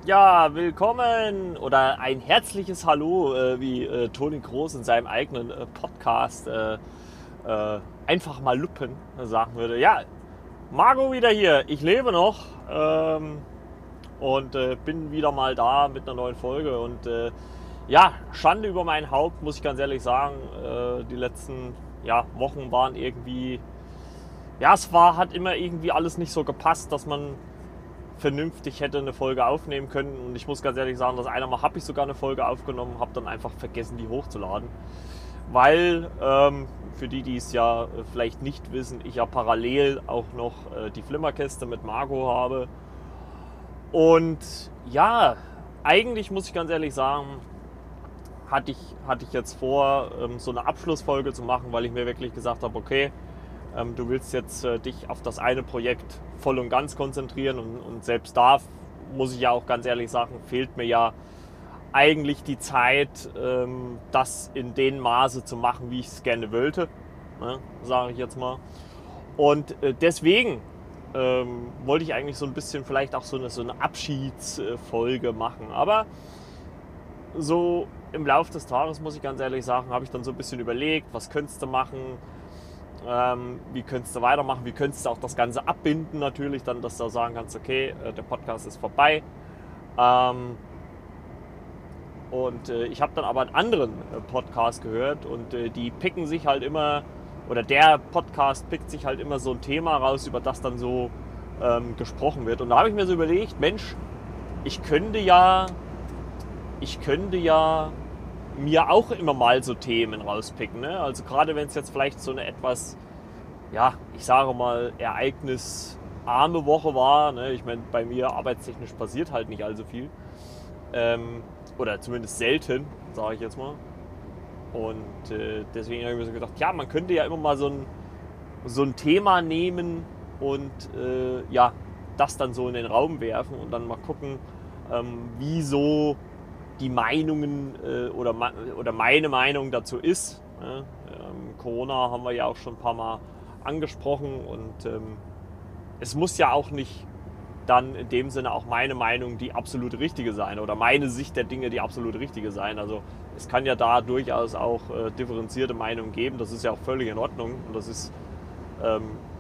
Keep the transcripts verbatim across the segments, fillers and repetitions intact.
Ja, willkommen oder ein herzliches Hallo, äh, wie äh, Toni Kroos in seinem eigenen äh, Podcast äh, äh, einfach mal Luppen sagen würde. Ja, Marco wieder hier. Ich lebe noch ähm, und äh, bin wieder mal da mit einer neuen Folge. Und äh, ja, Schande über mein Haupt, muss ich ganz ehrlich sagen. Äh, die letzten ja, Wochen waren irgendwie, ja, es war, hat immer irgendwie alles nicht so gepasst, dass man vernünftig hätte eine Folge aufnehmen können. Und ich muss ganz ehrlich sagen, das eine Mal habe ich sogar eine Folge aufgenommen, habe dann einfach vergessen, die hochzuladen. Weil, ähm, für die, die es ja äh, vielleicht nicht wissen, ich ja parallel auch noch äh, die Flimmerkiste mit Margot habe. Und ja, eigentlich muss ich ganz ehrlich sagen, hatte ich, hatte ich jetzt vor, ähm, so eine Abschlussfolge zu machen, weil ich mir wirklich gesagt habe, okay, ähm, du willst jetzt äh, dich auf das eine Projekt voll und ganz konzentrieren und, und selbst da muss ich ja auch ganz ehrlich sagen, fehlt mir ja eigentlich die Zeit, ähm, das in dem Maße zu machen, wie ich es gerne wollte, ne, sage ich jetzt mal. Und äh, deswegen ähm, wollte ich eigentlich so ein bisschen vielleicht auch so eine, so eine Abschiedsfolge machen. Aber so im Laufe des Tages, muss ich ganz ehrlich sagen, habe ich dann so ein bisschen überlegt, was könntest du machen, ähm, wie könntest du weitermachen, wie könntest du auch das Ganze abbinden natürlich, dann, dass du sagen kannst, okay, äh, der Podcast ist vorbei. Ähm, und äh, ich habe dann aber einen anderen äh, Podcast gehört und äh, die picken sich halt immer, oder der Podcast pickt sich halt immer so ein Thema raus, über das dann so ähm, gesprochen wird. Und da habe ich mir so überlegt, Mensch, ich könnte ja, ich könnte ja mir auch immer mal so Themen rauspicken. Ne? Also gerade wenn es jetzt vielleicht so eine etwas, ja, ich sage mal, ereignisarme Woche war. Ne? Ich meine, bei mir arbeitstechnisch passiert halt nicht allzu viel. Ähm, oder zumindest selten, sage ich jetzt mal. Und äh, deswegen habe ich mir so gedacht, ja, man könnte ja immer mal so ein, so ein Thema nehmen und äh, ja, das dann so in den Raum werfen und dann mal gucken, ähm, wie so die Meinungen äh, oder, oder meine Meinung dazu ist. Ne? Ähm, Corona haben wir ja auch schon ein paar Mal angesprochen und ähm, es muss ja auch nicht dann in dem Sinne auch meine Meinung die absolut richtige sein oder meine Sicht der Dinge die absolut richtige sein. Also es kann ja da durchaus auch äh, differenzierte Meinungen geben. Das ist ja auch völlig in Ordnung und das ist ähm,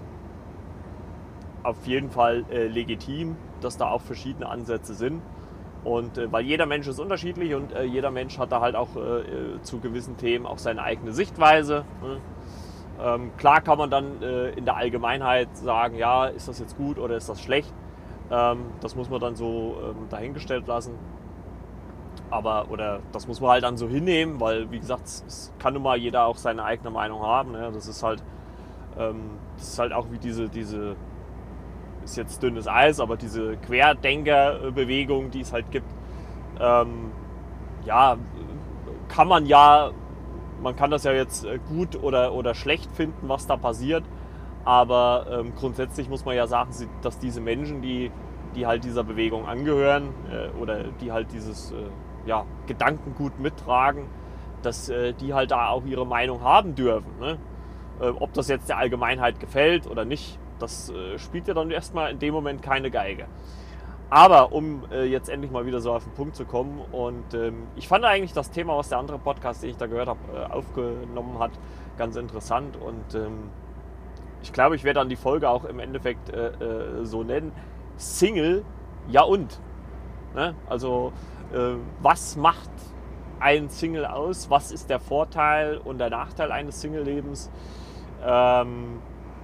auf jeden Fall äh, legitim, dass da auch verschiedene Ansätze sind. Und äh, weil jeder Mensch ist unterschiedlich und äh, jeder Mensch hat da halt auch äh, zu gewissen Themen auch seine eigene Sichtweise. Ne? Ähm, klar kann man dann äh, in der Allgemeinheit sagen, ja, ist das jetzt gut oder ist das schlecht? Ähm, das muss man dann so ähm, dahingestellt lassen. Aber, oder das muss man halt dann so hinnehmen, weil, wie gesagt, es kann nun mal jeder auch seine eigene Meinung haben. Ne? Das ist halt, ähm, das ist halt auch wie diese, diese ist jetzt dünnes Eis, aber diese Querdenkerbewegung, die es halt gibt, ähm, ja, kann man ja, man kann das ja jetzt gut oder, oder schlecht finden, was da passiert, aber ähm, grundsätzlich muss man ja sagen, dass diese Menschen, die, die halt dieser Bewegung angehören äh, oder die halt dieses äh, ja, Gedankengut mittragen, dass äh, die halt da auch ihre Meinung haben dürfen. Ne? Äh, ob das jetzt der Allgemeinheit gefällt oder nicht, das äh, spielt ja dann erstmal in dem Moment keine Geige. Aber um äh, jetzt endlich mal wieder so auf den Punkt zu kommen und ähm, ich fand eigentlich das Thema, was der andere Podcast, den ich da gehört habe, äh, aufgenommen hat, ganz interessant und ähm, ich glaube, ich werde dann die Folge auch im Endeffekt äh, äh, so nennen. Single, ja und? Ne? Also äh, was macht ein Single aus? Was ist der Vorteil und der Nachteil eines Single-Lebens? Ähm,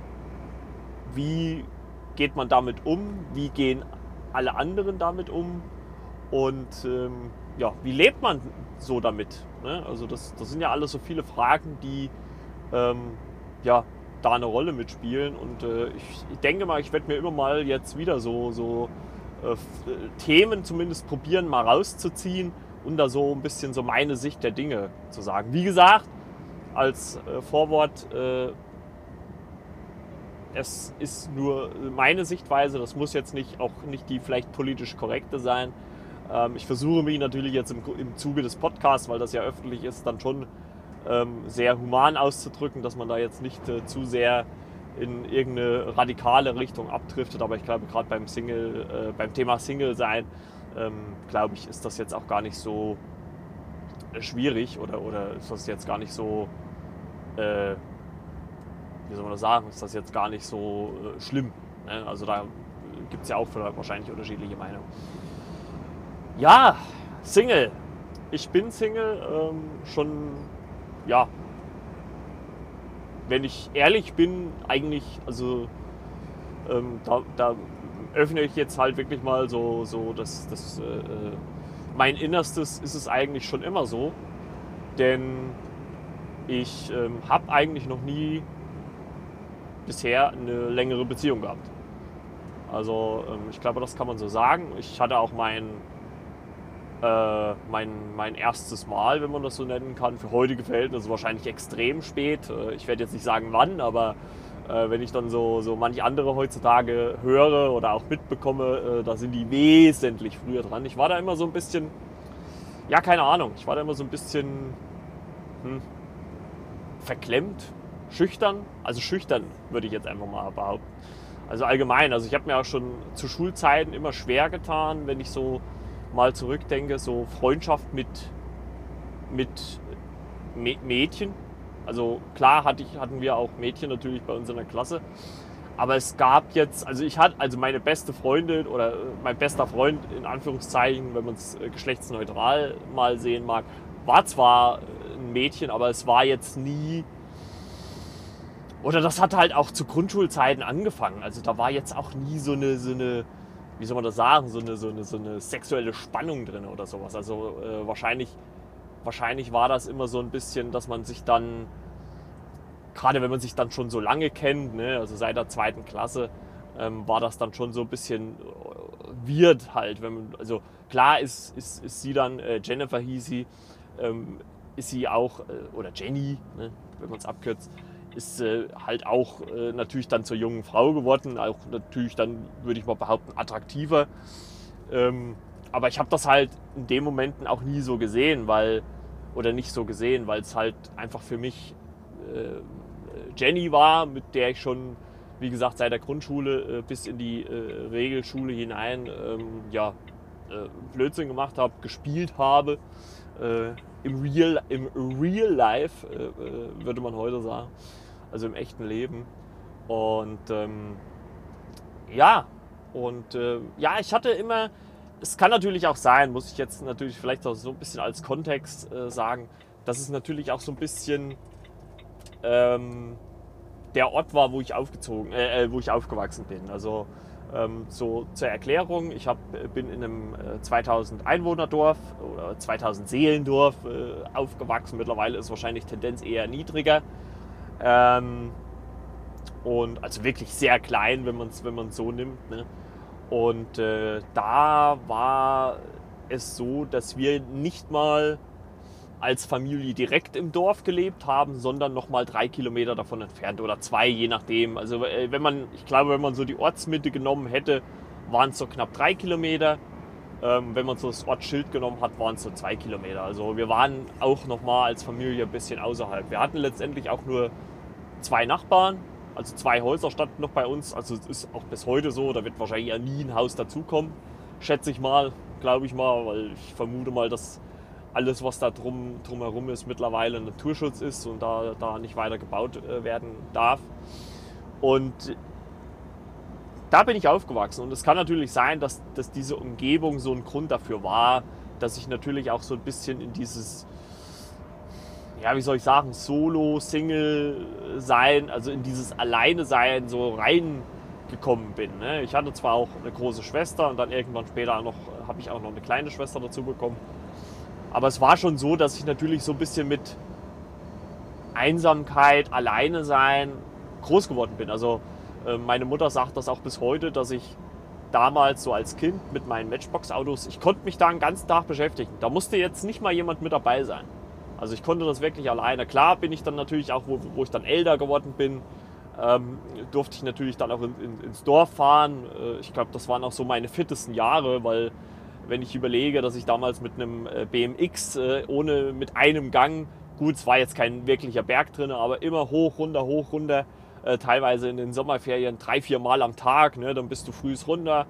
wie geht man damit um? Wie gehen alle anderen damit um? Und ähm, ja, wie lebt man so damit? Ne? Also das, das sind ja alles so viele Fragen, die ähm, ja, da eine Rolle mitspielen. Und äh, ich, ich denke mal, ich werde mir immer mal jetzt wieder so, so äh, Themen zumindest probieren, mal rauszuziehen und da so ein bisschen so meine Sicht der Dinge zu sagen. Wie gesagt, als äh, Vorwort, äh, es ist nur meine Sichtweise, das muss jetzt nicht auch nicht die vielleicht politisch korrekte sein. Ähm, ich versuche mich natürlich jetzt im, im Zuge des Podcasts, weil das ja öffentlich ist, dann schon ähm, sehr human auszudrücken, dass man da jetzt nicht äh, zu sehr in irgendeine radikale Richtung abdriftet. Aber ich glaube, gerade beim Single, äh, beim Thema Single sein, ähm, glaube ich, ist das jetzt auch gar nicht so schwierig oder, oder ist das jetzt gar nicht so, äh, wie soll man das sagen, ist das jetzt gar nicht so äh, schlimm. Ne? Also da gibt es ja auch wahrscheinlich unterschiedliche Meinungen. Ja, Single. Ich bin Single, ähm, schon, ja, wenn ich ehrlich bin, eigentlich, also ähm, da, da öffne ich jetzt halt wirklich mal so, so das, das äh, mein Innerstes ist es eigentlich schon immer so, denn ich ähm, habe eigentlich noch nie bisher eine längere Beziehung gehabt. Also ähm, ich glaube, das kann man so sagen. Ich hatte auch mein, äh, mein, mein erstes Mal, wenn man das so nennen kann, für heutige Verhältnisse wahrscheinlich extrem spät. Äh, ich werde jetzt nicht sagen wann, aber äh, wenn ich dann so, so manch andere heutzutage höre oder auch mitbekomme, äh, da sind die wesentlich früher dran. Ich war da immer so ein bisschen, ja keine Ahnung, ich war da immer so ein bisschen hm, verklemmt, schüchtern. Also schüchtern würde ich jetzt einfach mal behaupten. Also allgemein, also ich habe mir auch schon zu Schulzeiten immer schwer getan, wenn ich so mal zurückdenke, so Freundschaft mit, mit Mädchen. Also klar hatte ich, hatten wir auch Mädchen natürlich bei uns in der Klasse. Aber es gab jetzt, also ich hatte, also meine beste Freundin oder mein bester Freund in Anführungszeichen, wenn man es geschlechtsneutral mal sehen mag, war zwar ein Mädchen, aber es war jetzt nie, oder das hat halt auch zu Grundschulzeiten angefangen. Also da war jetzt auch nie so eine, so eine, wie soll man das sagen, so eine, so eine, so eine sexuelle Spannung drin oder sowas. Also äh, wahrscheinlich, wahrscheinlich war das immer so ein bisschen, dass man sich dann, gerade wenn man sich dann schon so lange kennt, ne, also seit der zweiten Klasse, ähm, war das dann schon so ein bisschen weird halt. Wenn man, also klar ist, ist, ist sie dann, äh, Jennifer hieß sie, ähm, ist sie auch, äh, oder Jenny, ne, wenn man es abkürzt, ist äh, halt auch äh, natürlich dann zur jungen Frau geworden, auch natürlich dann, würde ich mal behaupten, attraktiver. Ähm, aber ich habe das halt in den Momenten auch nie so gesehen, weil, oder nicht so gesehen, weil es halt einfach für mich äh, Jenny war, mit der ich schon, wie gesagt, seit der Grundschule äh, bis in die äh, Regelschule hinein ähm, ja, äh, Blödsinn gemacht habe, gespielt habe. Äh, im, Real, Im Real Life, äh, äh, würde man heute sagen. Also im echten Leben. Und ähm, ja, und äh, ja, ich hatte immer, es kann natürlich auch sein, muss ich jetzt natürlich vielleicht auch so ein bisschen als Kontext äh, sagen, dass es natürlich auch so ein bisschen ähm, der Ort war, wo ich aufgezogen, äh, wo ich aufgewachsen bin. Also ähm, so zur Erklärung, ich hab, bin in einem äh, zweitausend Einwohnerdorf oder zweitausend Seelendorf äh, aufgewachsen. Mittlerweile ist wahrscheinlich Tendenz eher niedriger. Ähm, und also wirklich sehr klein, wenn man es wenn man's so nimmt. Ne? Und äh, da war es so, dass wir nicht mal als Familie direkt im Dorf gelebt haben, sondern noch mal drei Kilometer davon entfernt oder zwei, je nachdem. Also äh, wenn man, ich glaube, wenn man so die Ortsmitte genommen hätte, waren es so knapp drei Kilometer. Ähm, wenn man so das Ortsschild genommen hat, waren es so zwei Kilometer. Also wir waren auch noch mal als Familie ein bisschen außerhalb. Wir hatten letztendlich auch nur zwei Nachbarn, also zwei Häuser standen noch bei uns. Also es ist auch bis heute so, da wird wahrscheinlich ja nie ein Haus dazukommen, schätze ich mal, glaube ich mal, weil ich vermute mal, dass alles, was da drum, drumherum ist, mittlerweile Naturschutz ist und da, da nicht weiter gebaut äh, werden darf. Und da bin ich aufgewachsen und es kann natürlich sein, dass, dass diese Umgebung so ein Grund dafür war, dass ich natürlich auch so ein bisschen in dieses, ja, wie soll ich sagen, Solo, Single sein, also in dieses Alleine sein so reingekommen bin. Ne? Ich hatte zwar auch eine große Schwester und dann irgendwann später noch, habe ich auch noch eine kleine Schwester dazu bekommen. Aber es war schon so, dass ich natürlich so ein bisschen mit Einsamkeit, Alleine sein groß geworden bin. Also äh, meine Mutter sagt das auch bis heute, dass ich damals so als Kind mit meinen Matchbox-Autos, ich konnte mich da einen ganzen Tag beschäftigen. Da musste jetzt nicht mal jemand mit dabei sein. Also ich konnte das wirklich alleine. Klar bin ich dann natürlich auch, wo, wo ich dann älter geworden bin, ähm, durfte ich natürlich dann auch in, in, ins Dorf fahren. Äh, ich glaube, das waren auch so meine fittesten Jahre, weil wenn ich überlege, dass ich damals mit einem B M X äh, ohne mit einem Gang, gut, es war jetzt kein wirklicher Berg drin, aber immer hoch, runter, hoch, runter, äh, teilweise in den Sommerferien drei, vier Mal am Tag, ne, dann bist du frühs runter,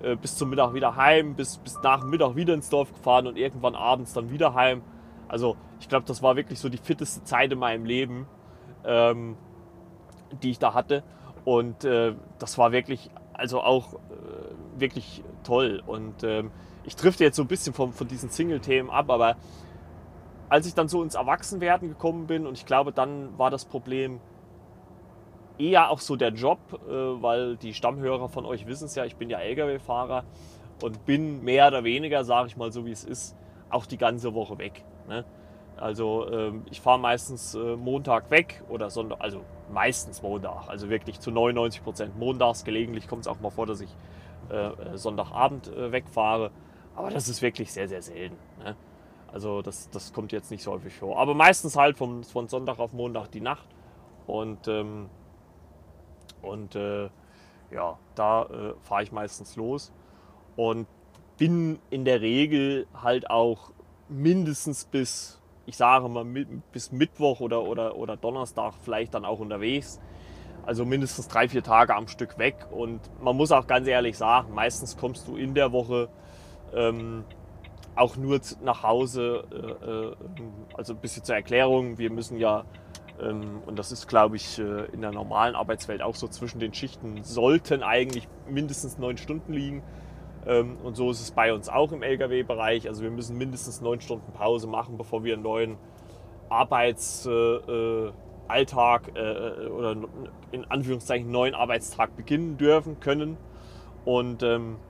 äh, bis zum Mittag wieder heim, bis, bis nach dem Mittag wieder ins Dorf gefahren und irgendwann abends dann wieder heim. Also ich glaube, das war wirklich so die fitteste Zeit in meinem Leben, ähm, die ich da hatte. Und äh, das war wirklich, also auch äh, wirklich toll. Und ähm, ich drifte jetzt so ein bisschen von, von diesen Single-Themen ab, aber als ich dann so ins Erwachsenwerden gekommen bin, und ich glaube, dann war das Problem eher auch so der Job, äh, weil die Stammhörer von euch wissen es ja, ich bin ja L K W-Fahrer und bin mehr oder weniger, sage ich mal so wie es ist, auch die ganze Woche weg. Ne? Also ähm, ich fahre meistens äh, Montag weg oder Sonntag, also meistens Montag, also wirklich zu neunundneunzig Prozent montags. Gelegentlich kommt es auch mal vor, dass ich äh, Sonntagabend äh, wegfahre, aber das ist wirklich sehr, sehr selten. Ne? Also das, das kommt jetzt nicht so häufig vor, aber meistens halt vom, von Sonntag auf Montag die Nacht und ähm, Und äh, ja, da äh, fahre ich meistens los und bin in der Regel halt auch mindestens bis, ich sage mal, bis Mittwoch oder, oder, oder Donnerstag vielleicht dann auch unterwegs. Also mindestens drei, vier Tage am Stück weg. Und man muss auch ganz ehrlich sagen, meistens kommst du in der Woche ähm, auch nur nach Hause. Äh, also ein bisschen zur Erklärung, wir müssen ja, und das ist, glaube ich, in der normalen Arbeitswelt auch so, zwischen den Schichten sollten eigentlich mindestens neun Stunden liegen. Und so ist es bei uns auch im L K W-Bereich. Also wir müssen mindestens neun Stunden Pause machen, bevor wir einen neuen Arbeitsalltag oder in Anführungszeichen neuen Arbeitstag beginnen dürfen können. Und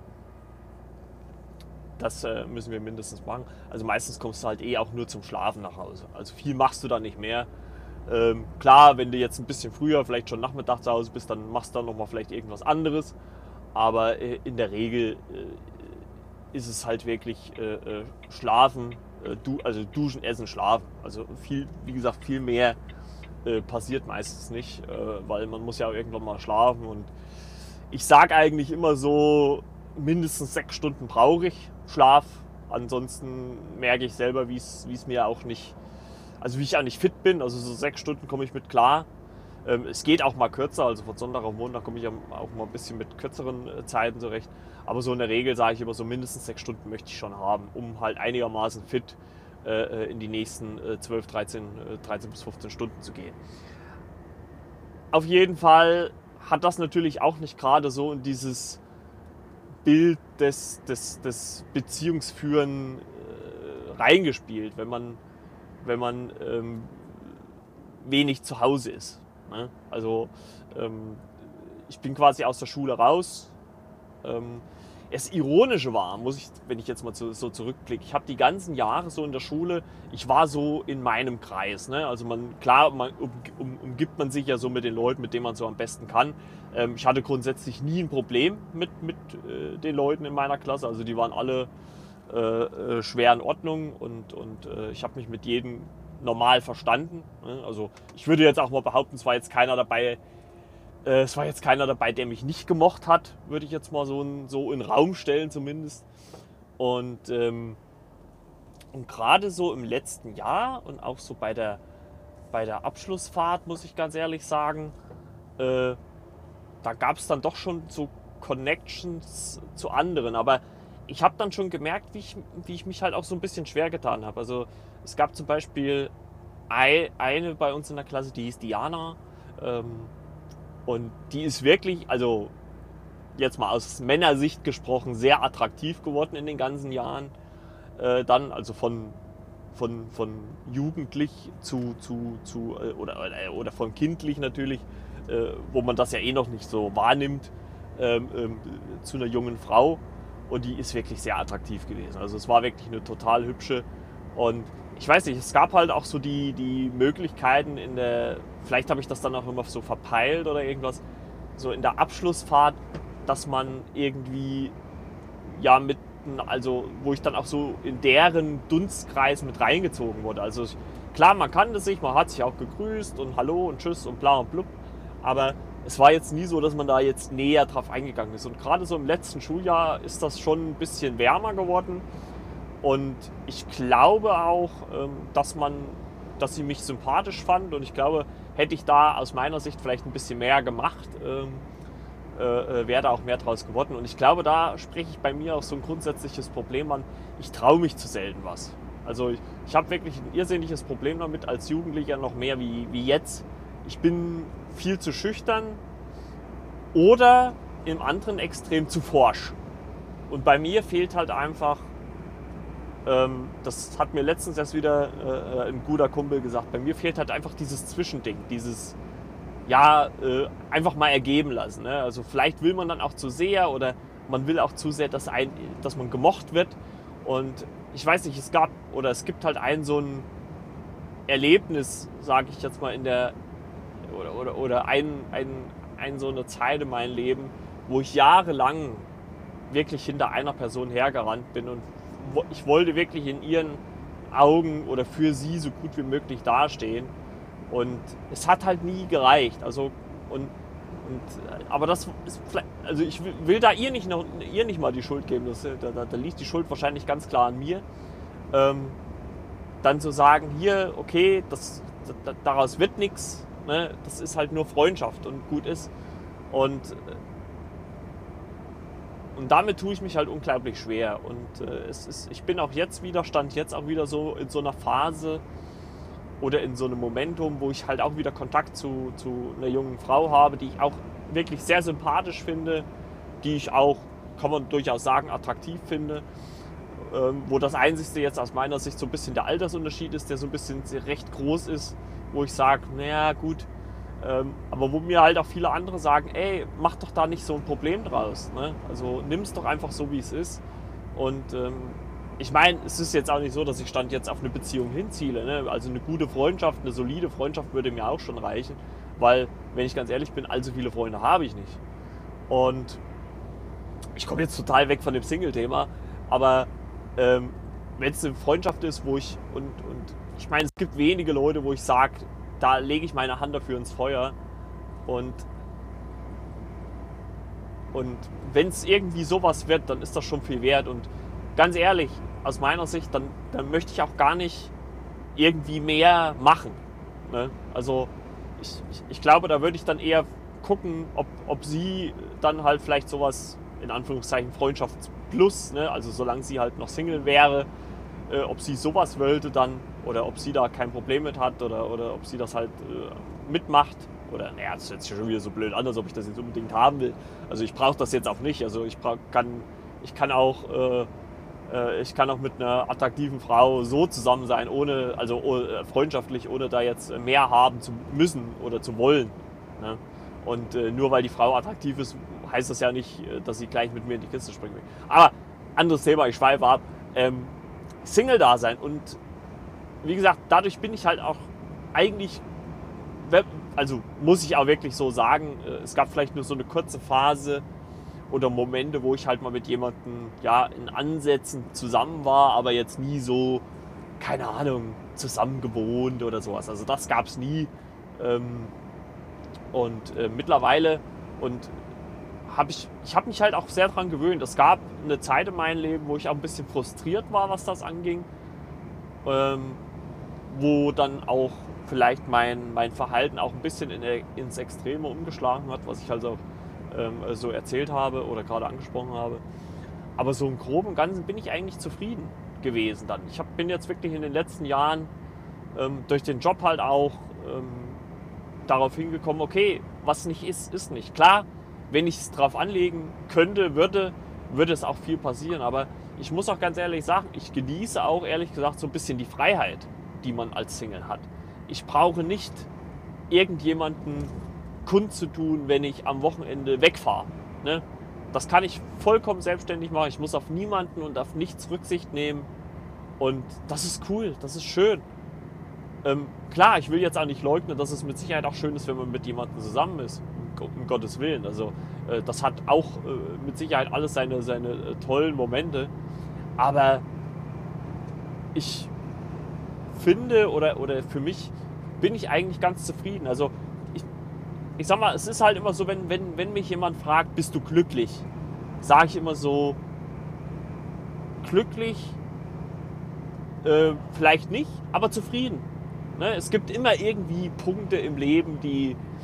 das müssen wir mindestens machen. Also meistens kommst du halt eh auch nur zum Schlafen nach Hause. Also viel machst du da nicht mehr. Ähm, klar, wenn du jetzt ein bisschen früher, vielleicht schon Nachmittag zu Hause bist, dann machst du dann nochmal vielleicht irgendwas anderes. Aber äh, in der Regel äh, ist es halt wirklich äh, äh, Schlafen, äh, du, also Duschen, Essen, Schlafen. Also viel, wie gesagt, viel mehr äh, passiert meistens nicht, äh, weil man muss ja auch irgendwann mal schlafen. Und ich sage eigentlich immer so, mindestens sechs Stunden brauche ich Schlaf. Ansonsten merke ich selber, wie es mir auch nicht... Also wie ich eigentlich fit bin, also so sechs Stunden komme ich mit klar. Ähm, es geht auch mal kürzer, also von Sonntag auf Montag komme ich auch mal ein bisschen mit kürzeren äh, Zeiten zurecht. Aber so in der Regel sage ich immer, so mindestens sechs Stunden möchte ich schon haben, um halt einigermaßen fit äh, in die nächsten äh, zwölf, dreizehn, äh, dreizehn bis fünfzehn Stunden zu gehen. Auf jeden Fall hat das natürlich auch nicht gerade so in dieses Bild des, des, des Beziehungsführen äh, reingespielt, wenn man wenn man ähm, wenig zu Hause ist. Ne? Also ähm, ich bin quasi aus der Schule raus. Ähm, das Ironische war, muss ich, wenn ich jetzt mal so, so zurückblicke, ich habe die ganzen Jahre so in der Schule, ich war so in meinem Kreis. Ne? Also man, klar, man, um, um, umgibt man sich ja so mit den Leuten, mit denen man so am besten kann. Ähm, ich hatte grundsätzlich nie ein Problem mit, mit äh, den Leuten in meiner Klasse. Also die waren alle Äh, schwer in Ordnung und, und äh, ich habe mich mit jedem normal verstanden. Ne? Also ich würde jetzt auch mal behaupten, es war jetzt keiner dabei, äh, es war jetzt keiner dabei, der mich nicht gemocht hat, würde ich jetzt mal so, in, so in den Raum stellen zumindest. Und, ähm, und gerade so im letzten Jahr und auch so bei der, bei der Abschlussfahrt, muss ich ganz ehrlich sagen, äh, da gab es dann doch schon so Connections zu anderen, aber ich habe dann schon gemerkt, wie ich, wie ich mich halt auch so ein bisschen schwer getan habe. Also es gab zum Beispiel eine bei uns in der Klasse, die hieß Diana. Ähm, und die ist wirklich, also jetzt mal aus Männersicht gesprochen, sehr attraktiv geworden in den ganzen Jahren. Äh, dann, also von, von, von jugendlich zu, zu, zu äh, oder, oder von kindlich natürlich, äh, wo man das ja eh noch nicht so wahrnimmt, ähm, ähm, zu einer jungen Frau. Und die ist wirklich sehr attraktiv gewesen. Also es war wirklich eine total hübsche. Und ich weiß nicht, es gab halt auch so die, die Möglichkeiten in der, vielleicht habe ich das dann auch immer so verpeilt oder irgendwas, so in der Abschlussfahrt, dass man irgendwie, ja, mit, also wo ich dann auch so in deren Dunstkreis mit reingezogen wurde. Also klar, man kannte sich, man hat sich auch gegrüßt und Hallo und Tschüss und bla und blub. Aber es war jetzt nie so, dass man da jetzt näher drauf eingegangen ist. Und gerade so im letzten Schuljahr ist das schon ein bisschen wärmer geworden. Und ich glaube auch, dass man, dass sie mich sympathisch fand. Und ich glaube, hätte ich da aus meiner Sicht vielleicht ein bisschen mehr gemacht, äh, wäre da auch mehr draus geworden. Und ich glaube, da spreche ich bei mir auch so ein grundsätzliches Problem an. Ich traue mich zu selten was. Also ich, ich habe wirklich ein irrsinniges Problem damit, als Jugendlicher noch mehr wie, wie jetzt. Ich bin viel zu schüchtern oder im anderen Extrem zu forsch. Und bei mir fehlt halt einfach, ähm, das hat mir letztens erst wieder äh, ein guter Kumpel gesagt, bei mir fehlt halt einfach dieses Zwischending, dieses, ja, äh, einfach mal ergeben lassen. Ne? Also vielleicht will man dann auch zu sehr oder man will auch zu sehr, dass, ein, dass man gemocht wird. Und ich weiß nicht, es gab oder es gibt halt ein so ein Erlebnis, sage ich jetzt mal, in der, oder, oder, oder ein, ein, ein so eine Zeit in meinem Leben, wo ich jahrelang wirklich hinter einer Person hergerannt bin und ich wollte wirklich in ihren Augen oder für sie so gut wie möglich dastehen und es hat halt nie gereicht. Also und, und aber das ist vielleicht, also ich will, will da ihr nicht noch ihr nicht mal die Schuld geben. Das, da, da, da liegt die Schuld wahrscheinlich ganz klar an mir. Ähm, dann zu sagen, hier, okay, das, das daraus wird nichts. Ne? Das ist halt nur Freundschaft und gut ist. Und Und damit tue ich mich halt unglaublich schwer. Und äh, es ist, ich bin auch jetzt wieder, stand jetzt auch wieder so in so einer Phase oder in so einem Momentum, wo ich halt auch wieder Kontakt zu, zu einer jungen Frau habe, die ich auch wirklich sehr sympathisch finde, die ich auch, kann man durchaus sagen, attraktiv finde. Ähm, wo das Einzige jetzt aus meiner Sicht so ein bisschen der Altersunterschied ist, der so ein bisschen recht groß ist, wo ich sage, naja gut, Ähm, aber wo mir halt auch viele andere sagen, ey, mach doch da nicht so ein Problem draus. Ne? Also nimm es doch einfach so, wie es ist. Und ähm, ich meine, es ist jetzt auch nicht so, dass ich Stand jetzt auf eine Beziehung hinziele. Ne? Also eine gute Freundschaft, eine solide Freundschaft würde mir auch schon reichen. Weil, wenn ich ganz ehrlich bin, allzu viele Freunde habe ich nicht. Und ich komme jetzt total weg von dem Single-Thema. Aber ähm, wenn es eine Freundschaft ist, wo ich, und, und ich meine, es gibt wenige Leute, wo ich sage, da lege ich meine Hand dafür ins Feuer. Und, und wenn es irgendwie sowas wird, dann ist das schon viel wert. Und ganz ehrlich, aus meiner Sicht, dann, dann möchte ich auch gar nicht irgendwie mehr machen. Ne? Also ich, ich, ich glaube, da würde ich dann eher gucken, ob, ob sie dann halt vielleicht sowas, in Anführungszeichen Freundschaft plus, ne? Also solange sie halt noch Single wäre, äh, ob sie sowas wollte dann, oder ob sie da kein Problem mit hat oder, oder ob sie das halt äh, mitmacht. Oder, naja, das ist jetzt schon wieder so blöd an, als ob ich das jetzt unbedingt haben will. Also ich brauche das jetzt auch nicht. Also ich brauch, kann, ich kann auch, äh, äh, ich kann auch mit einer attraktiven Frau so zusammen sein, ohne, also äh, freundschaftlich, ohne da jetzt mehr haben zu müssen oder zu wollen. Ne? Und äh, nur weil die Frau attraktiv ist, heißt das ja nicht, dass sie gleich mit mir in die Kiste springen will. Aber anderes Thema, ich schweife ab. Ähm, Single-Dasein und wie gesagt, dadurch bin ich halt auch eigentlich, also muss ich auch wirklich so sagen, es gab vielleicht nur so eine kurze Phase oder Momente, wo ich halt mal mit jemandem, ja, in Ansätzen zusammen war, aber jetzt nie so, keine Ahnung, zusammen gewohnt oder sowas. Also das gab es nie. Und äh, mittlerweile und habe ich, ich habe mich halt auch sehr daran gewöhnt. Es gab eine Zeit in meinem Leben, wo ich auch ein bisschen frustriert war, was das anging. Ähm, wo dann auch vielleicht mein, mein Verhalten auch ein bisschen in, ins Extreme umgeschlagen hat, was ich also ähm, so erzählt habe oder gerade angesprochen habe. Aber so im Groben und Ganzen bin ich eigentlich zufrieden gewesen dann. Ich hab, bin jetzt wirklich in den letzten Jahren ähm, durch den Job halt auch ähm, darauf hingekommen, okay, was nicht ist, ist nicht. Klar, wenn ich es drauf anlegen könnte, würde, würde es auch viel passieren. Aber ich muss auch ganz ehrlich sagen, ich genieße auch ehrlich gesagt so ein bisschen die Freiheit, die man als Single hat. Ich brauche nicht irgendjemanden kundzutun, wenn ich am Wochenende wegfahre. Ne? Das kann ich vollkommen selbstständig machen. Ich muss auf niemanden und auf nichts Rücksicht nehmen. Und das ist cool, das ist schön. Ähm, klar, ich will jetzt auch nicht leugnen, dass es mit Sicherheit auch schön ist, wenn man mit jemandem zusammen ist. Um Gottes Willen. Also äh, das hat auch äh, mit Sicherheit alles seine, seine äh, tollen Momente. Aber ich finde oder, oder für mich bin ich eigentlich ganz zufrieden. Also ich, ich sag mal, es ist halt immer so, wenn, wenn, wenn mich jemand fragt, bist du glücklich? Sage ich immer so, glücklich äh, vielleicht nicht, aber zufrieden. Ne? Es gibt immer irgendwie Punkte im Leben, die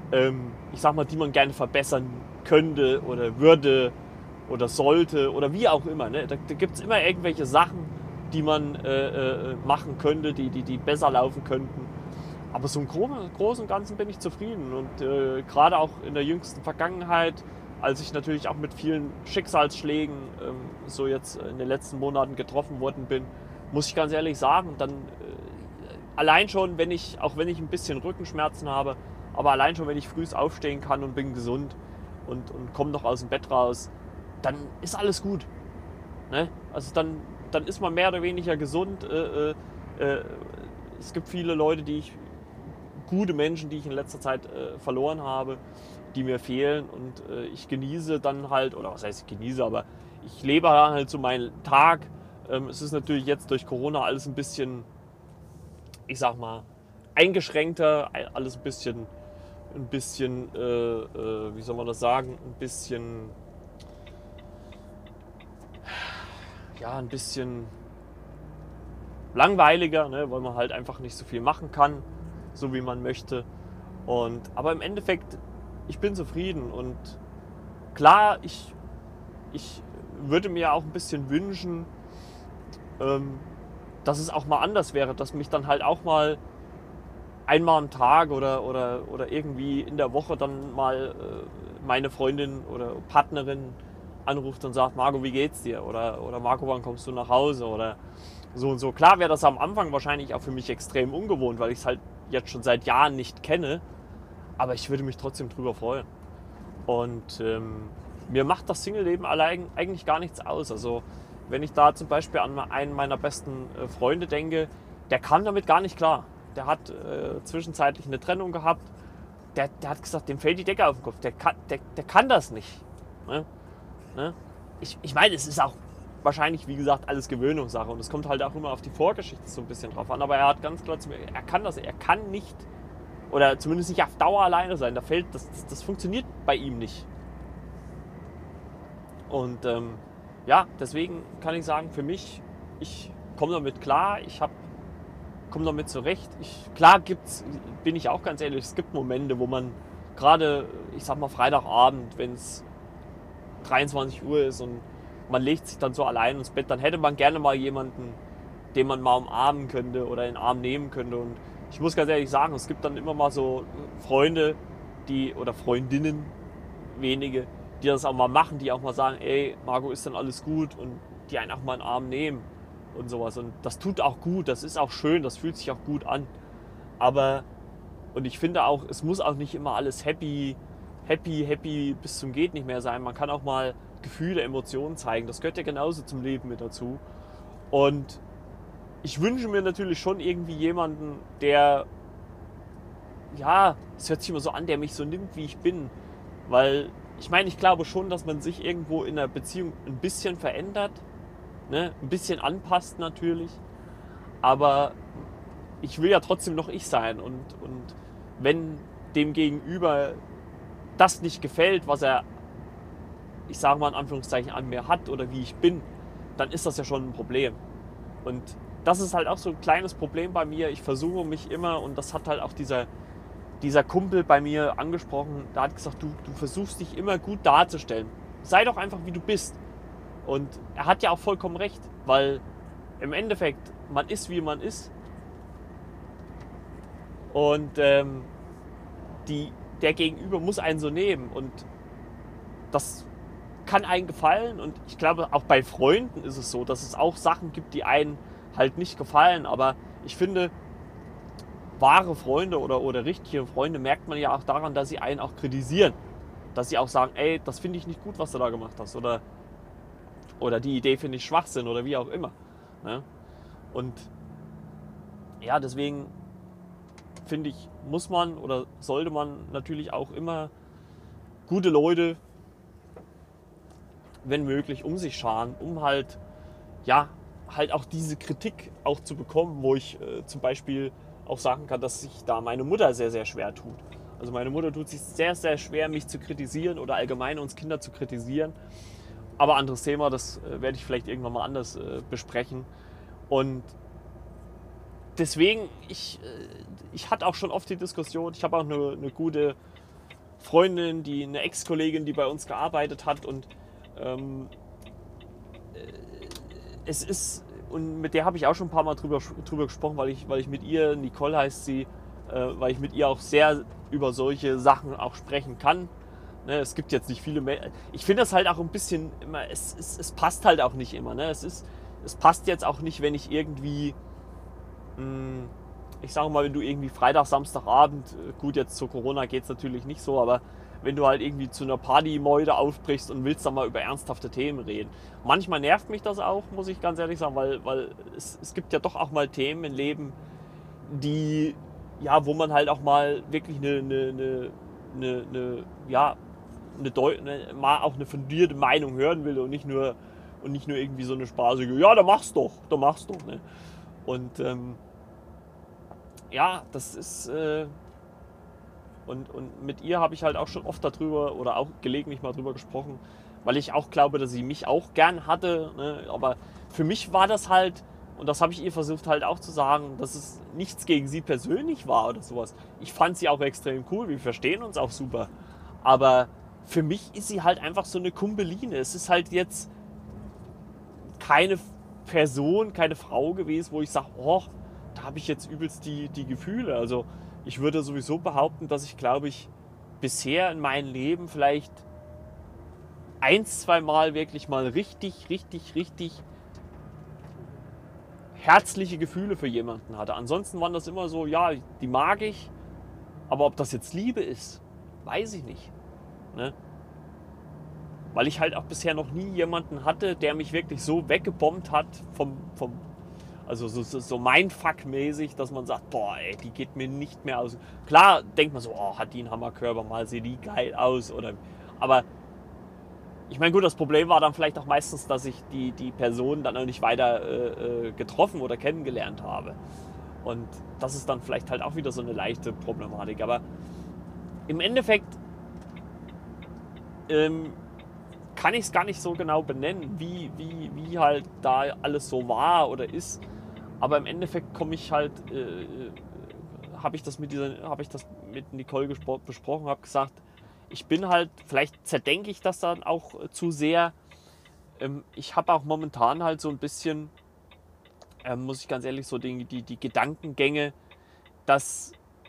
ähm, ich sag mal, die man gerne verbessern könnte oder würde oder sollte oder wie auch immer. Ne? Da, da gibt es immer irgendwelche Sachen, die man äh, äh, machen könnte, die, die, die besser laufen könnten. Aber so im Großen und Ganzen bin ich zufrieden. Und äh, gerade auch in der jüngsten Vergangenheit, als ich natürlich auch mit vielen Schicksalsschlägen ähm, so jetzt in den letzten Monaten getroffen worden bin, muss ich ganz ehrlich sagen, dann äh, allein schon, wenn ich, auch wenn ich ein bisschen Rückenschmerzen habe, aber allein schon, wenn ich früh aufstehen kann und bin gesund und, und komme noch aus dem Bett raus, dann ist alles gut. Ne? Also dann, dann ist man mehr oder weniger gesund. Äh, äh, äh, es gibt viele Leute, die ich, gute Menschen, die ich in letzter Zeit äh, verloren habe, die mir fehlen und äh, ich genieße dann halt, oder was heißt ich genieße, aber ich lebe halt so meinen Tag. Ähm, es ist natürlich jetzt durch Corona alles ein bisschen, ich sag mal, eingeschränkter, alles ein bisschen, ein bisschen, äh, äh, wie soll man das sagen, ein bisschen, ja, ein bisschen langweiliger, ne, weil man halt einfach nicht so viel machen kann, so wie man möchte. Und, aber im Endeffekt, ich bin zufrieden und klar, ich, ich würde mir auch ein bisschen wünschen, ähm, dass es auch mal anders wäre, dass mich dann halt auch mal einmal am Tag oder, oder, oder irgendwie in der Woche dann mal äh, meine Freundin oder Partnerin anruft und sagt, Marco, wie geht's dir? Oder, oder Marco, wann kommst du nach Hause? Oder so und so. Klar wäre das am Anfang wahrscheinlich auch für mich extrem ungewohnt, weil ich es halt jetzt schon seit Jahren nicht kenne. Aber ich würde mich trotzdem drüber freuen. Und ähm, mir macht das Single-Leben allein eigentlich gar nichts aus. Also wenn ich da zum Beispiel an einen meiner besten äh, Freunde denke, der kam damit gar nicht klar. Der hat äh, zwischenzeitlich eine Trennung gehabt. Der, der hat gesagt, dem fällt die Decke auf den Kopf. Der kann, der, der kann das nicht. Ne? Ne? Ich, ich meine, es ist auch wahrscheinlich, wie gesagt, alles Gewöhnungssache. Und es kommt halt auch immer auf die Vorgeschichte so ein bisschen drauf an. Aber er hat ganz klar zu mir, er kann das. Er kann nicht, oder zumindest nicht auf Dauer alleine sein. Da fällt, das, das, das funktioniert bei ihm nicht. Und ähm, ja, deswegen kann ich sagen, für mich, ich komme damit klar. Ich habe komme damit zurecht. Ich, klar gibt's, bin ich auch ganz ehrlich, es gibt Momente, wo man gerade, ich sag mal Freitagabend, wenn es dreiundzwanzig Uhr ist und man legt sich dann so allein ins Bett, dann hätte man gerne mal jemanden, den man mal umarmen könnte oder in den Arm nehmen könnte. Und ich muss ganz ehrlich sagen, es gibt dann immer mal so Freunde, die oder Freundinnen, wenige, die das auch mal machen, die auch mal sagen, ey, Marco, ist dann alles gut, und die einen auch mal in den Arm nehmen und sowas. Und das tut auch gut, das ist auch schön, das fühlt sich auch gut an. Aber, und ich finde auch, es muss auch nicht immer alles happy, happy, happy bis zum geht nicht mehr sein. Man kann auch mal Gefühle, Emotionen zeigen. Das gehört ja genauso zum Leben mit dazu. Und ich wünsche mir natürlich schon irgendwie jemanden, der, ja, es hört sich immer so an, der mich so nimmt, wie ich bin. Weil, ich meine, ich glaube schon, dass man sich irgendwo in einer Beziehung ein bisschen verändert. Ne? Ein bisschen anpasst natürlich, aber ich will ja trotzdem noch ich sein, und, und wenn dem Gegenüber das nicht gefällt, was er, ich sage mal in Anführungszeichen, an mir hat oder wie ich bin, dann ist das ja schon ein Problem. Und das ist halt auch so ein kleines Problem bei mir. Ich versuche mich immer, und das hat halt auch dieser, dieser Kumpel bei mir angesprochen, der hat gesagt, du, du versuchst dich immer gut darzustellen. Sei doch einfach, wie du bist. Und er hat ja auch vollkommen recht, weil im Endeffekt, man ist, wie man ist. Und ähm, die, der Gegenüber muss einen so nehmen. Und das kann einen gefallen. Und ich glaube, auch bei Freunden ist es so, dass es auch Sachen gibt, die einen halt nicht gefallen. Aber ich finde, wahre Freunde oder, oder richtige Freunde merkt man ja auch daran, dass sie einen auch kritisieren. Dass sie auch sagen, ey, das finde ich nicht gut, was du da gemacht hast. Oder Oder die Idee finde ich Schwachsinn oder wie auch immer. Ne? Und ja, deswegen finde ich, muss man oder sollte man natürlich auch immer gute Leute, wenn möglich, um sich scharen, um halt, ja, halt auch diese Kritik auch zu bekommen, wo ich äh, zum Beispiel auch sagen kann, dass sich da meine Mutter sehr, sehr schwer tut. Also meine Mutter tut sich sehr, sehr schwer, mich zu kritisieren oder allgemein uns Kinder zu kritisieren. Aber anderes Thema, das äh, werde ich vielleicht irgendwann mal anders äh, besprechen. Und deswegen, ich, äh, ich hatte auch schon oft die Diskussion, ich habe auch eine, eine gute Freundin, die eine Ex-Kollegin, die bei uns gearbeitet hat und ähm, es ist, und mit der habe ich auch schon ein paar Mal drüber, drüber gesprochen, weil ich, weil ich mit ihr, Nicole heißt sie, äh, weil ich mit ihr auch sehr über solche Sachen auch sprechen kann. Ne, es gibt jetzt nicht viele Menschen. Ich finde das halt auch ein bisschen immer, es, es, es passt halt auch nicht immer. Ne? Es, ist, es passt jetzt auch nicht, wenn ich irgendwie, mh, ich sage mal, wenn du irgendwie Freitag, Samstagabend, gut, jetzt zu Corona geht es natürlich nicht so, aber wenn du halt irgendwie zu einer Partymeute aufbrichst und willst dann mal über ernsthafte Themen reden. Manchmal nervt mich das auch, muss ich ganz ehrlich sagen, weil, weil es, es gibt ja doch auch mal Themen im Leben, die, ja, wo man halt auch mal wirklich eine, eine, eine, eine, eine ja, eine, Deu eine, mal auch eine fundierte Meinung hören will und nicht nur, und nicht nur irgendwie so eine spaßige, ja, da mach's doch, da mach's doch. Ne? Und ähm, ja, das ist... Äh, Und, und mit ihr habe ich halt auch schon oft darüber oder auch gelegentlich mal drüber gesprochen, weil ich auch glaube, dass sie mich auch gern hatte. Ne? Aber für mich war das halt, und das habe ich ihr versucht halt auch zu sagen, dass es nichts gegen sie persönlich war oder sowas. Ich fand sie auch extrem cool, wir verstehen uns auch super. Aber für mich ist sie halt einfach so eine Kumpeline. Es ist halt jetzt keine Person, keine Frau gewesen, wo ich sage, oh, da habe ich jetzt übelst die, die Gefühle. Also ich würde sowieso behaupten, dass ich, glaube ich, bisher in meinem Leben vielleicht ein, zwei Mal wirklich mal richtig, richtig, richtig herzliche Gefühle für jemanden hatte. Ansonsten waren das immer so, ja, die mag ich, aber ob das jetzt Liebe ist, weiß ich nicht. Ne? Weil ich halt auch bisher noch nie jemanden hatte, der mich wirklich so weggebombt hat vom, vom Also so, so, so Mindfuck-mäßig, dass man sagt, boah, ey, die geht mir nicht mehr aus. Klar denkt man so, oh, hat die einen Hammerkörper, mal sieht die geil aus. Oder, aber ich meine, gut, das Problem war dann vielleicht auch meistens, dass ich die, die Person dann auch nicht weiter äh, getroffen oder kennengelernt habe. Und das ist dann vielleicht halt auch wieder so eine leichte Problematik. Aber im Endeffekt ähm, kann ich es gar nicht so genau benennen, wie, wie, wie halt da alles so war oder ist. Aber im Endeffekt komme ich halt, äh, habe ich das mit dieser, habe ich das mit Nicole besprochen, habe gesagt, ich bin halt, vielleicht zerdenke ich das dann auch äh, zu sehr. Ähm, ich habe auch momentan halt so ein bisschen, äh, muss ich ganz ehrlich so die, die, die Gedankengänge, dass,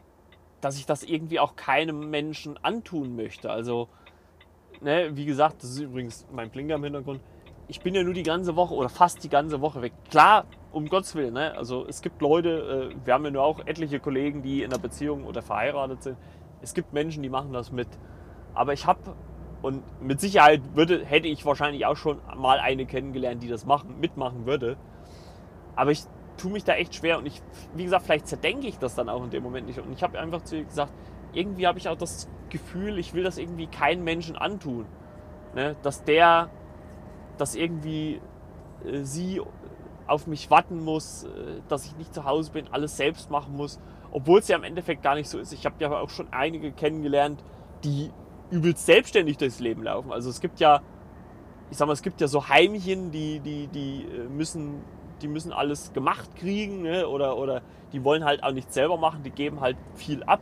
dass ich das irgendwie auch keinem Menschen antun möchte. Also Ne, wie gesagt, das ist übrigens mein Blinker im Hintergrund. Ich bin ja nur die ganze Woche oder fast die ganze Woche weg. Klar, um Gottes Willen. Ne? Also es gibt Leute, äh, wir haben ja nur auch etliche Kollegen, die in einer Beziehung oder verheiratet sind. Es gibt Menschen, die machen das mit. Aber ich habe, und mit Sicherheit würde, hätte ich wahrscheinlich auch schon mal eine kennengelernt, die das machen, mitmachen würde. Aber ich tue mich da echt schwer und ich, wie gesagt, vielleicht zerdenke ich das dann auch in dem Moment nicht. Und ich habe einfach zu ihr gesagt, irgendwie habe ich auch das Gefühl, ich will das irgendwie keinem Menschen antun. Ne? Dass der, dass irgendwie äh, sie auf mich warten muss, äh, dass ich nicht zu Hause bin, alles selbst machen muss. Obwohl es ja im Endeffekt gar nicht so ist. Ich habe ja auch schon einige kennengelernt, die übelst selbstständig durchs Leben laufen. Also es gibt ja, ich sag mal, es gibt ja so Heimchen, die, die, die müssen, die müssen alles gemacht kriegen, ne? oder, oder die wollen halt auch nichts selber machen, die geben halt viel ab.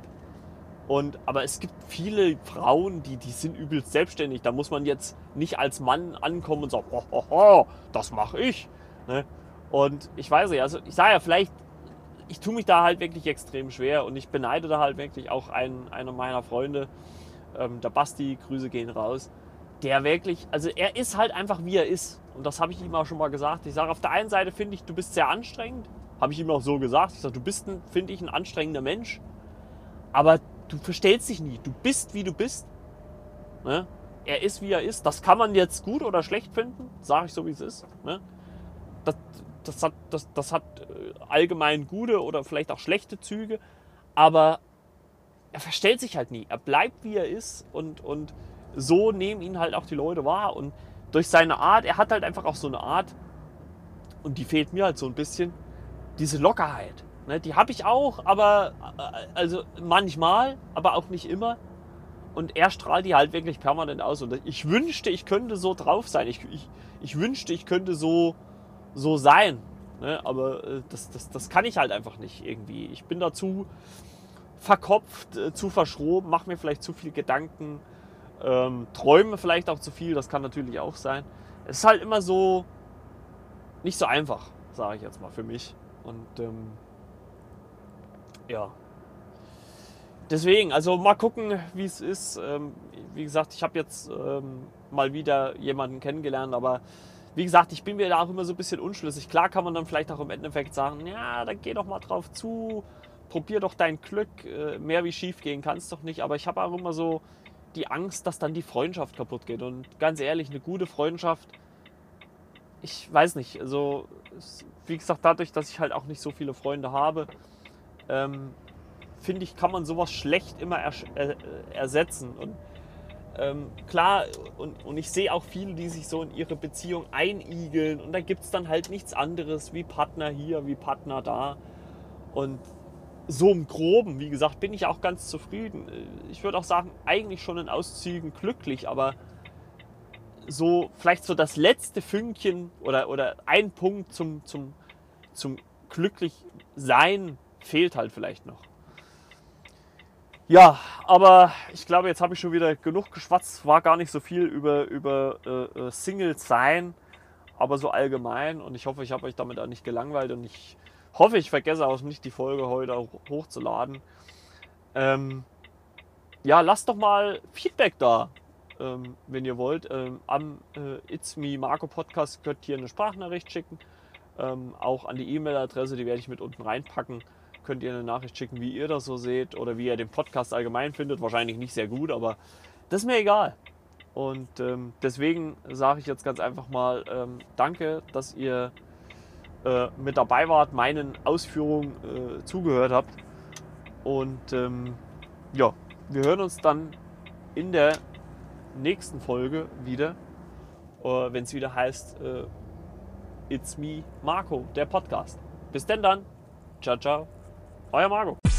Und, aber es gibt viele Frauen, die, die sind übelst selbstständig. Da muss man jetzt nicht als Mann ankommen und sagen, oh, oh, oh, das mache ich. Ne? Und ich weiß nicht, also ich sage ja, vielleicht, ich tue mich da halt wirklich extrem schwer und ich beneide da halt wirklich auch einen, einer meiner Freunde, ähm, der Basti, Grüße gehen raus, der wirklich, also er ist halt einfach wie er ist. Und das habe ich ihm auch schon mal gesagt. Ich sage, auf der einen Seite finde ich, du bist sehr anstrengend. Habe ich ihm auch so gesagt. Ich sage, du bist, finde ich, ein anstrengender Mensch. Aber du verstellst dich nie. Du bist, wie du bist. Ne? Er ist, wie er ist. Das kann man jetzt gut oder schlecht finden. Sage ich so, wie es ist. Ne? Das, das hat, das, das hat allgemein gute oder vielleicht auch schlechte Züge. Aber er verstellt sich halt nie. Er bleibt, wie er ist. Und, und so nehmen ihn halt auch die Leute wahr. Und durch seine Art, er hat halt einfach auch so eine Art, und die fehlt mir halt so ein bisschen, diese Lockerheit. Ne, die habe ich auch, aber also manchmal, aber auch nicht immer. Und er strahlt die halt wirklich permanent aus. Und ich wünschte, ich könnte so drauf sein. Ich, ich, ich wünschte, ich könnte so, so sein. Ne, aber das, das, das kann ich halt einfach nicht irgendwie. Ich bin dazu verkopft, äh, zu verschroben, mache mir vielleicht zu viel Gedanken, ähm, träume vielleicht auch zu viel, das kann natürlich auch sein. Es ist halt immer so nicht so einfach, sage ich jetzt mal für mich. Und ähm, ja, deswegen, also mal gucken, wie es ist. Ähm, wie gesagt, ich habe jetzt ähm, mal wieder jemanden kennengelernt, aber wie gesagt, ich bin mir da auch immer so ein bisschen unschlüssig. Klar kann man dann vielleicht auch im Endeffekt sagen, ja, dann geh doch mal drauf zu, probier doch dein Glück, äh, mehr wie schief gehen kann es doch nicht. Aber ich habe auch immer so die Angst, dass dann die Freundschaft kaputt geht. Und ganz ehrlich, eine gute Freundschaft, ich weiß nicht, also es- wie gesagt, dadurch, dass ich halt auch nicht so viele Freunde habe, ähm, finde ich, kann man sowas schlecht immer ers äh, ersetzen. Und ähm, klar, und, und ich sehe auch viele, die sich so in ihre Beziehung einigeln und da gibt es dann halt nichts anderes wie Partner hier, wie Partner da. Und so im Groben, wie gesagt, bin ich auch ganz zufrieden. Ich würde auch sagen, eigentlich schon in Auszügen glücklich, aber so vielleicht so das letzte Fünkchen oder, oder ein Punkt zum, zum, zum glücklich sein fehlt halt vielleicht noch. Ja, aber ich glaube, jetzt habe ich schon wieder genug geschwatzt. War gar nicht so viel über, über äh, Single sein, aber so allgemein. Und ich hoffe, ich habe euch damit auch nicht gelangweilt. Und ich hoffe, ich vergesse auch nicht, die Folge heute auch hochzuladen. Ähm, ja, lasst doch mal Feedback da, ähm, wenn ihr wollt. Ähm, am äh, It's Me Marco Podcast könnt ihr eine Sprachnachricht schicken. Ähm, auch an die E-Mail-Adresse, die werde ich mit unten reinpacken. Könnt ihr eine Nachricht schicken, wie ihr das so seht oder wie ihr den Podcast allgemein findet. Wahrscheinlich nicht sehr gut, aber das ist mir egal. Und ähm, deswegen sage ich jetzt ganz einfach mal ähm, danke, dass ihr äh, mit dabei wart, meinen Ausführungen äh, zugehört habt. Und ähm, ja, wir hören uns dann in der nächsten Folge wieder, äh, wenn es wieder heißt äh, It's Me Marco, der Podcast. Bis denn dann. Ciao, ciao. Euer Marco.